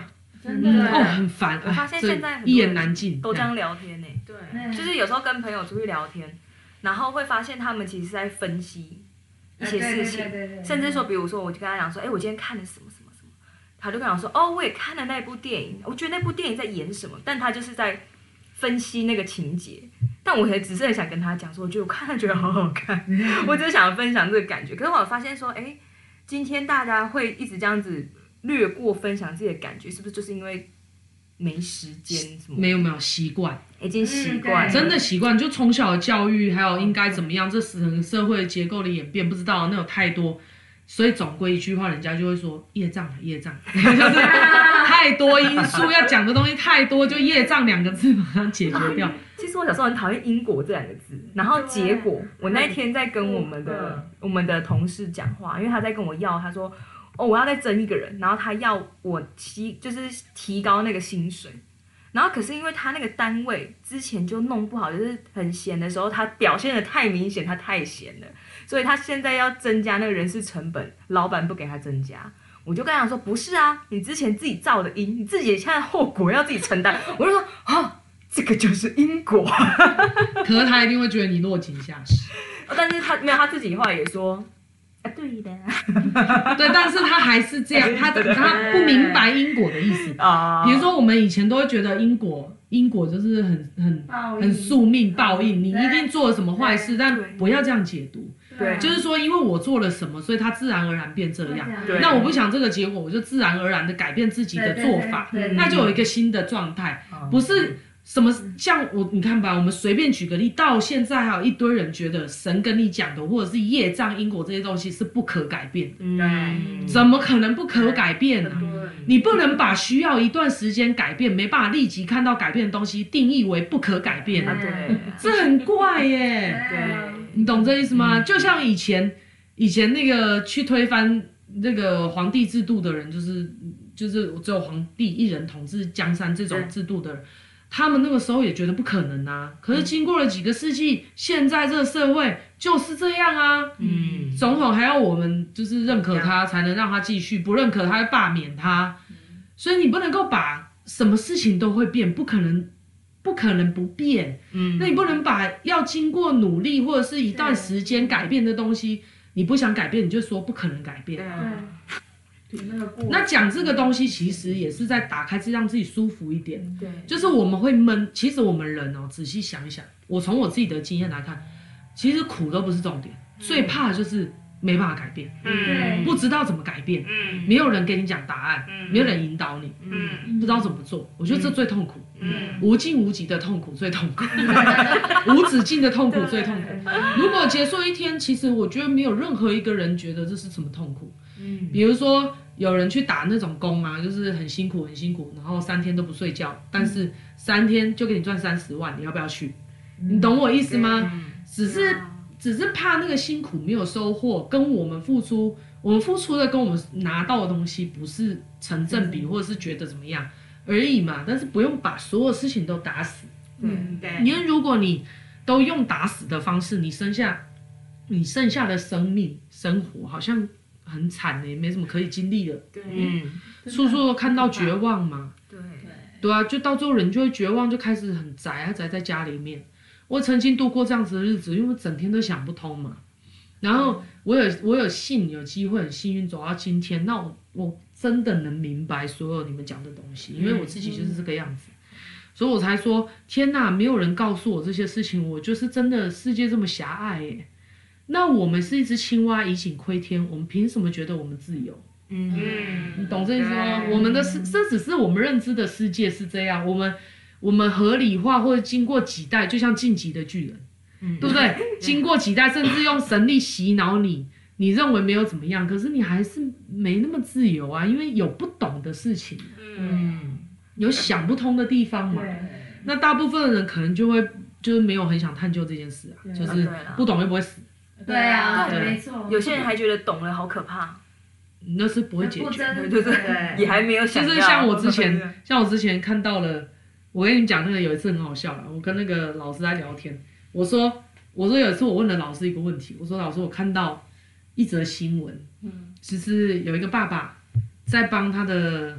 真的哦，很烦。 我发现现在很多人一言难尽， 都这样聊天呢。 对， 就是有时候跟朋友出去聊天，然后会发现他们其实是在分析一些事情，甚至说，比如说，我就跟他讲说，我今天看了什么什么什么，他就跟我讲说，哦，我也看了那部电影，我觉得那部电影在演什么，但他就是在分析那个情节。但我也只是很想跟他讲说，我看了觉得好好看，我只是想分享这个感觉。可是我发现说，今天大家会一直这样子略过分享自己的感觉，是不是就是因为没时间什么？ 没有习惯， 已经习惯， 真的习惯。就从小的教育，还有应该怎么样，这社会结构的演变，不知道那有太多。所以总归一句话，人家就会说业障，就是太多因素要讲的东西太多，就业障2个字把它解决掉。 其实我小时候很讨厌因果这2个字，然后结果我那天在跟我们的同事讲话，因为他在跟我要，他说我要再争一个人，然后他要我就是提高那个薪水。然后可是因为他那个单位之前就弄不好，就是很闲的时候，他表现得太明显，他太闲了，所以他现在要增加那个人事成本，老板不给他增加。我就跟他讲说，不是啊，你之前自己造的因，你自己现在后果要自己承担。我就说这个就是因果。 可是他一定会觉得你落井下石。 但是他没有，他自己后来也说。对的， 对，但是他还是这样，他不明白因果的意思啊。比如说，我们以前都会觉得因果就是很宿命报应，你一定做了什么坏事，但不要这样解读。 对， 就是说，因为我做了什么，所以他自然而然变这样。那我不想这个结果，我就自然而然的改变自己的做法，那就有一个新的状态，不是。什么像你看吧，我们随便举个例，到现在还有一堆人觉得神跟你讲的，或者是业障、因果这些东西是不可改变的。怎么可能不可改变呢？你不能把需要一段时间改变，没办法立即看到改变的东西定义为不可改变。这很怪耶。你懂这意思吗？就像以前那个去推翻那个皇帝制度的人，就是只有皇帝一人统治江山这种制度的人。他们那个时候也觉得不可能啊，可是经过了几个世纪，现在这个社会就是这样啊。总统还要我们就是认可他，才能让他继续；不认可他，会罢免他。所以你不能够把什么事情都会变，不可能不变。那你不能把要经过努力或者是一段时间改变的东西，你不想改变，你就说不可能改变。那讲这个东西其实也是在打开，是让自己舒服一点。对，就是我们会闷。其实我们人仔细想一想，我从我自己的经验来看，其实苦都不是重点，最怕的就是没办法改变，不知道怎么改变，没有人给你讲答案，没有人引导你，不知道怎么做。我觉得这最痛苦，无尽无极的痛苦最痛苦，无止境的痛苦最痛苦。如果结束一天，其实我觉得没有任何一个人觉得这是什么痛苦。比如说有人去打那种工啊，就是很辛苦，然后3天都不睡觉，但是3天就给你赚30万，你要不要去？你懂我意思吗？只是怕那个辛苦没有收获，跟我们付出的跟我们拿到的东西不是成正比，或者是觉得怎么样而已嘛。但是不用把所有事情都打死。因为如果你都用打死的方式，你剩下的生命生活好像很惨的，也没什么可以经历的。处处都看到绝望嘛。对啊，就到最后人就会绝望，就开始很宅在家里面。我曾经度过这样子的日子，因为我整天都想不通嘛。然后我有机会很幸运走到今天，那我真的能明白所有你们讲的东西，因为我自己就是这个样子。所以我才说天哪，没有人告诉我这些事情，我就是真的世界这么狭隘耶。那我们是一只青蛙，以颈窥天，我们凭什么觉得我们自由？你懂这意思吗？我们的这只是我们认知的世界是这样，我们合理化或者经过几代，就像晋级的巨人，对不对？经过几代，甚至用神力洗脑你认为没有怎么样，可是你还是没那么自由啊，因为有不懂的事情，有想不通的地方嘛。那大部分的人可能就是没有很想探究这件事啊，就是不懂又不会死。 对啊，没错。 有些人还觉得懂了好可怕， 那是不会解决， 对，也还没有想到。 就是像我之前看到了，我跟你讲那个有一次很好笑啦，我跟那个老师在聊天，我说有一次我问了老师一个问题，我说老师我看到一则新闻，就是有一个爸爸在帮他的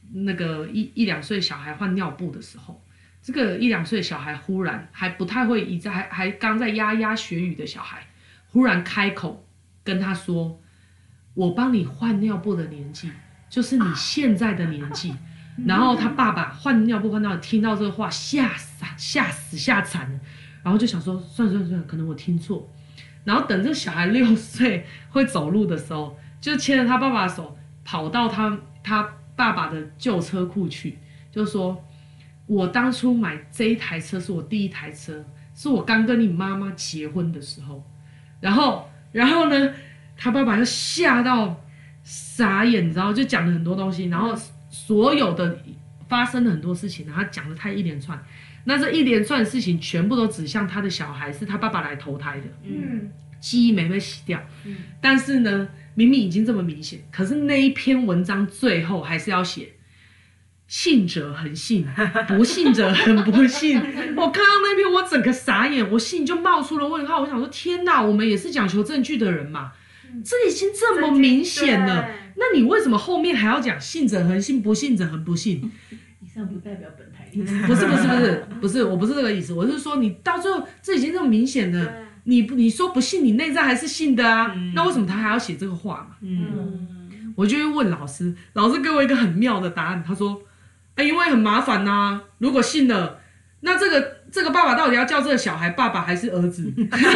那个一两岁小孩换尿布的时候，这个一两岁小孩忽然还不太会还刚在牙牙学语的小孩，忽然开口跟他说：“我帮你换尿布的年纪，就是你现在的年纪。”然后他爸爸换尿布换到听到这个话吓死吓惨了，然后就想说算了，可能我听错。然后等这小孩6岁会走路的时候，就牵着他爸爸的手跑到他爸爸的旧车库去，就说：“我当初买这一台车是我第一台车，是我刚跟你妈妈结婚的时候。”然后呢，他爸爸就吓到傻眼，你知道，就讲了很多东西，然后所有的发生了很多事情，然后他讲的太一连串，那这一连串的事情全部都指向他的小孩是他爸爸来投胎的，记忆没被洗掉，但是呢，明明已经这么明显，可是那一篇文章最后还是要写信者恒信，不信者恒不信。我看到那篇我整个傻眼，我心里就冒出了问号，我想说天哪，我们也是讲求证据的人嘛，这已经这么明显了，那你为什么后面还要讲信者恒信，不信者恒不信？ 以上不代表本台立场。 不是，我不是这个意思，我是说你到最后这已经这么明显了，你说不信，你内在还是信的啊，那为什么他还要写这个话嘛？我就会问老师，老师给我一个很妙的答案，他说：“因为很麻烦呐，如果信了，那这个爸爸到底要叫这个小孩爸爸还是儿子？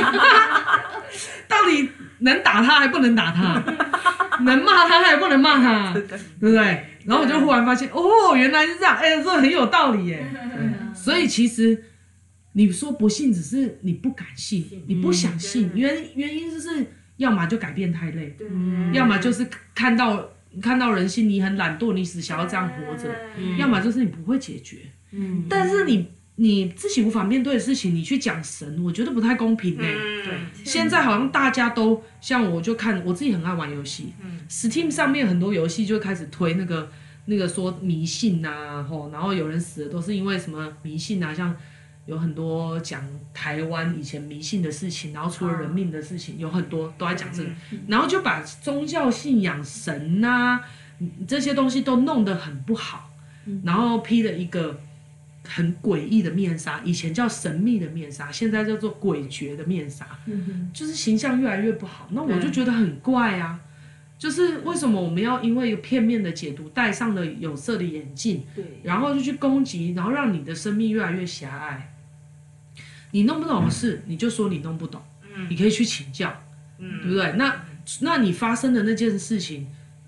到底能打他还不能打他？能骂他还不能骂他？对不对？”然后我就忽然发现，哦，原来是这样，这很有道理耶。所以其实你说不信，只是你不敢信，你不想信，原因就是要么就改变太累，要么就是看到人心你很懒惰，你只想要这样活着，要么就是你不会解决。但是你自己无法面对的事情，你去讲神，我觉得不太公平对，现在好像大家都像我就看我自己很爱玩游戏，Steam 上面很多游戏就开始推那个说迷信啊，然后有人死的都是因为什么迷信啊，像有很多讲台湾以前迷信的事情，然后出了人命的事情，有很多都在讲这个，然后就把宗教信仰神啊这些东西都弄得很不好，然后披了一个很诡异的面纱，以前叫神秘的面纱，现在叫做诡谲的面纱，就是形象越来越不好。那我就觉得很怪啊，就是为什么我们要因为一个片面的解读，戴上了有色的眼镜，然后就去攻击，然后让你的生命越来越狭隘。你弄不懂的事，你就说你弄不懂，你可以去请教，对不对？那你发生的那件事情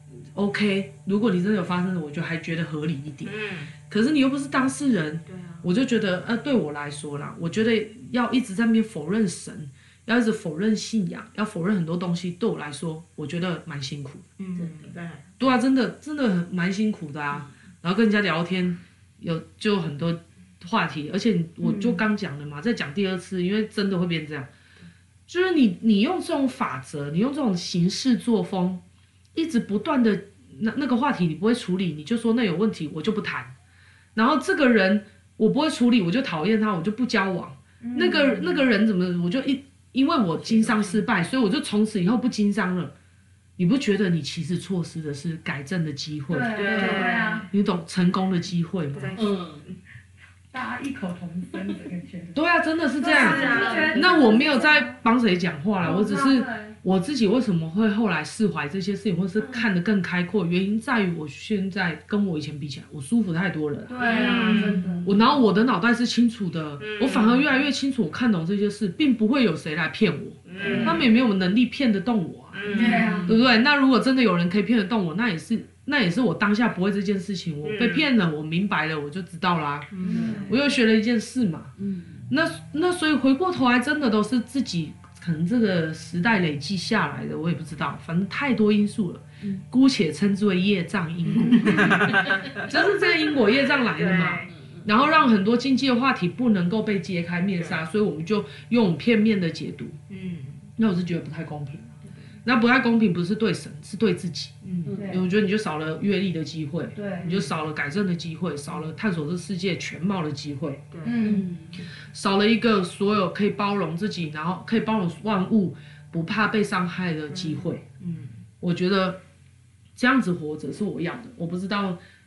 ，OK， 如果你真的有发生的，我就还觉得合理一点。可是你又不是当事人，我就觉得，对我来说啦，我觉得要一直在那边否认神，要一直否认信仰，要否认很多东西，对我来说，我觉得蛮辛苦的。对啊，真的蛮辛苦的啊。然后跟人家聊天，就很多话题，而且我就刚讲了嘛，再讲第二次，因为真的会变这样，就是你用这种法则，你用这种行事作风，一直不断的那个话题你不会处理，你就说那有问题，我就不谈。然后这个人我不会处理，我就讨厌他，我就不交往。那个人怎么，我就因为我经商失败，所以我就从此以后不经商了。你不觉得你其实错失的是改正的机会？ 对啊， 你懂成功的机会吗？ 大家异口同声的感觉。 对啊，真的是这样。那我没有在帮谁讲话了，我只是我自己为什么会后来释怀这些事情，或是看得更开阔，原因在于我现在跟我以前比起来，我舒服太多了。 对啊，真的。 然后我的脑袋是清楚的，我反而越来越清楚，我看懂这些事，并不会有谁来骗我，他们也没有能力骗得动我啊，对不对？那如果真的有人可以骗得动我，那也是我当下不会这件事情，我被骗了，我明白了，我就知道啦，我又学了一件事嘛，那所以回过头来，真的都是自己可能这个时代累积下来的，我也不知道，反正太多因素了，姑且称之为业障因果，就是这个因果业障来的嘛。然后让很多经济的话题不能够被揭开面纱，所以我们就用片面的解读，那我是觉得不太公平。那不太公平不是对神，是对自己。我觉得你就少了阅历的机会，你就少了改正的机会，少了探索这世界全貌的机会，少了一个所有可以包容自己，然后可以包容万物，不怕被伤害的机会。我觉得这样子活着是我要的。我不知道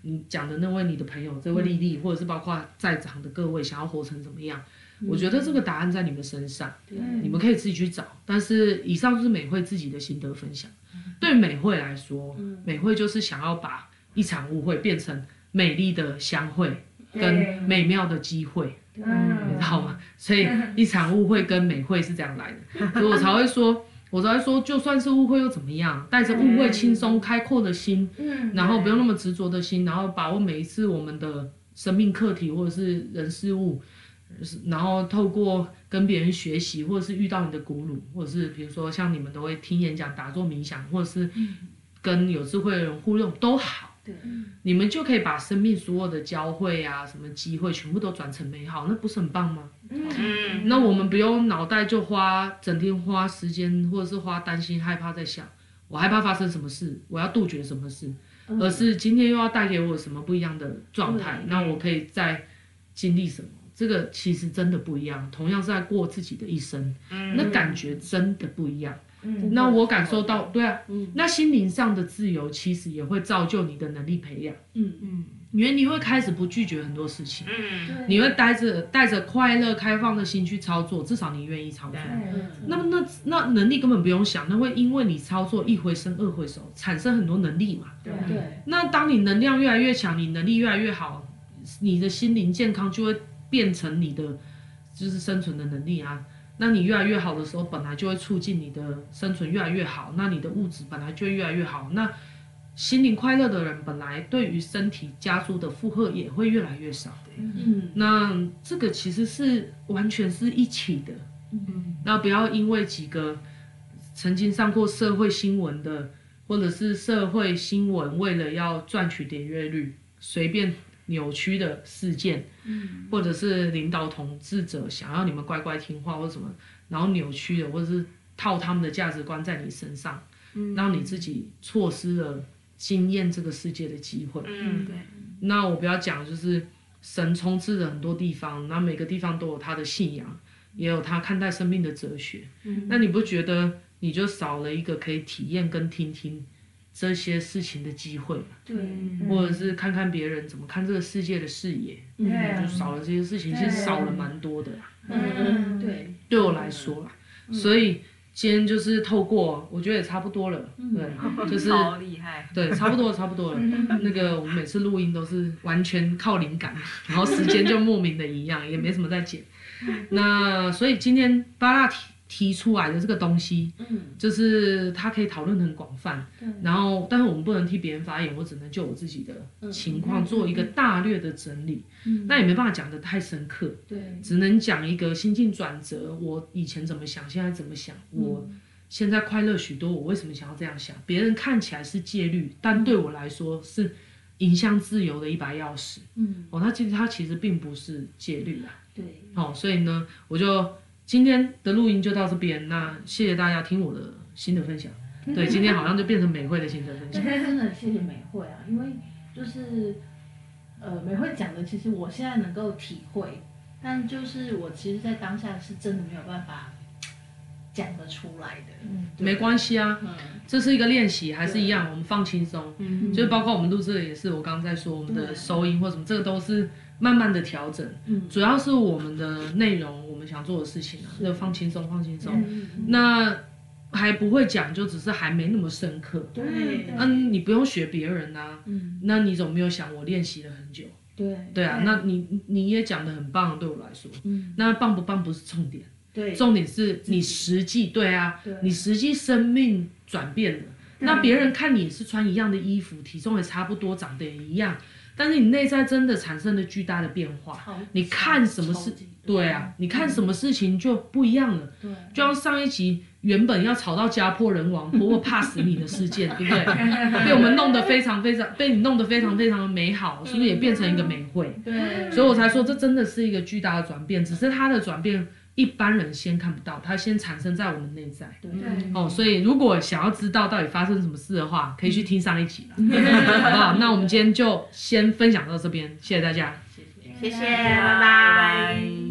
你讲的那位你的朋友，这位丽丽，或者是包括在场的各位，想要活成怎么样？我觉得这个答案在你们身上，你们可以自己去找。但是以上就是美会自己的心得分享。对美会来说，美会就是想要把一场误会变成美丽的相会跟美妙的机会，你知道吗？所以一场误会跟美会是这样来的，所以我才会说，就算是误会又怎么样？带着误会轻松开阔的心，然后不用那么执着的心，然后把握每一次我们的生命课题或者是人事物，然后透过跟别人学习，或者是遇到你的鼓舞，或者是比如说像你们都会听演讲、打坐冥想，或者是跟有智慧的人互动都好。 对， 你们就可以把生命所有的交汇啊，什么机会，全部都转成美好，那不是很棒吗？那我们不用脑袋就整天花时间，或者是担心、害怕在想，我害怕发生什么事，我要杜绝什么事，而是今天又要带给我什么不一样的状态，那我可以再经历什么？这个其实真的不一样，同样是在过自己的一生，那感觉真的不一样。那我感受到，对啊，那心灵上的自由其实也会造就你的能力培养。因为你会开始不拒绝很多事情，你会带着快乐、开放的心去操作，至少你愿意操作。那能力根本不用想，那会因为你操作一回生二回熟，产生很多能力嘛。 对。 那当你能量越来越强，你能力越来越好，你的心灵健康就会变成你的就是生存的能力啊。那你越来越好的时候，本来就会促进你的生存越来越好，那你的物质本来就会越来越好，那心灵快乐的人本来对于身体家族的负荷也会越来越少。那这个其实是完全是一起的。那不要因为几个曾经上过社会新闻的，或者是社会新闻为了要赚取点阅率，随便扭曲的事件，或者是领导统治者想要你们乖乖听话或者什么，然后扭曲的或者是套他们的价值观在你身上，让你自己错失了经验这个世界的机会。 对。 那我不要讲，就是神充斥着很多地方，那每个地方都有他的信仰，也有他看待生命的哲学。那你不觉得你就少了一个可以体验跟听这些事情的机会嘛？ 对， 或者是看看别人怎么看这个世界的视野，就少了这些事情，其实少了蛮多的啦。对我来说啦，所以今天就是透过，我觉得也差不多了，对，就是超厉害， 对，差不多了。那个我们每次录音都是完全靠灵感，然后时间就莫名的一样，也没什么在剪。那所以今天巴拉提出来的这个东西，就是它可以讨论很广泛，然后但是我们不能替别人发言，我只能就我自己的情况做一个大略的整理，那也没办法讲得太深刻，只能讲一个心境转折，我以前怎么想，现在怎么想，我现在快乐许多，我为什么想要这样想？别人看起来是戒律，但对我来说是迎向自由的一把钥匙。它其实并不是戒律啊。 对。 所以呢，我就今天的录音就到这边。那谢谢大家听我的新的分享。对，今天好像就变成美会的新的分享。 真的谢谢美会啊，因为就是美会讲的，其实我现在能够体会，但就是我其实在当下是真的没有办法讲得出来的。 没关系啊，这是一个练习，还是一样，我们放轻松。就是包括我们录制的也是，我刚刚在说我们的收音或什么，这个都是慢慢的调整。主要是我们的内容，我们想做的事情啊，就放轻松，放轻松。那还不会讲，就只是还没那么深刻。你不用学别人啊。那你总没有想我练习了很久。对啊，那你也讲得很棒，对我来说。那棒不棒不是重点。重点是你实际你实际生命转变了，那别人看你也是穿一样的衣服，体重也差不多，长得也一样，但是你内在真的产生了巨大的变化。你看什么事，你看什么事情就不一样了。就像上一集原本要吵到家破人亡、婆婆怕死你的事件，对不对？被我们弄得非常被你弄得非常非常的美好，是不是也变成一个美会？所以我才说这真的是一个巨大的转变，只是它的转变一般人先看不到，它先产生在我们内在。所以如果想要知道到底发生什么事的话，可以去听上一集了，好不好？那我们今天就先分享到这边，谢谢大家， 谢谢，拜拜。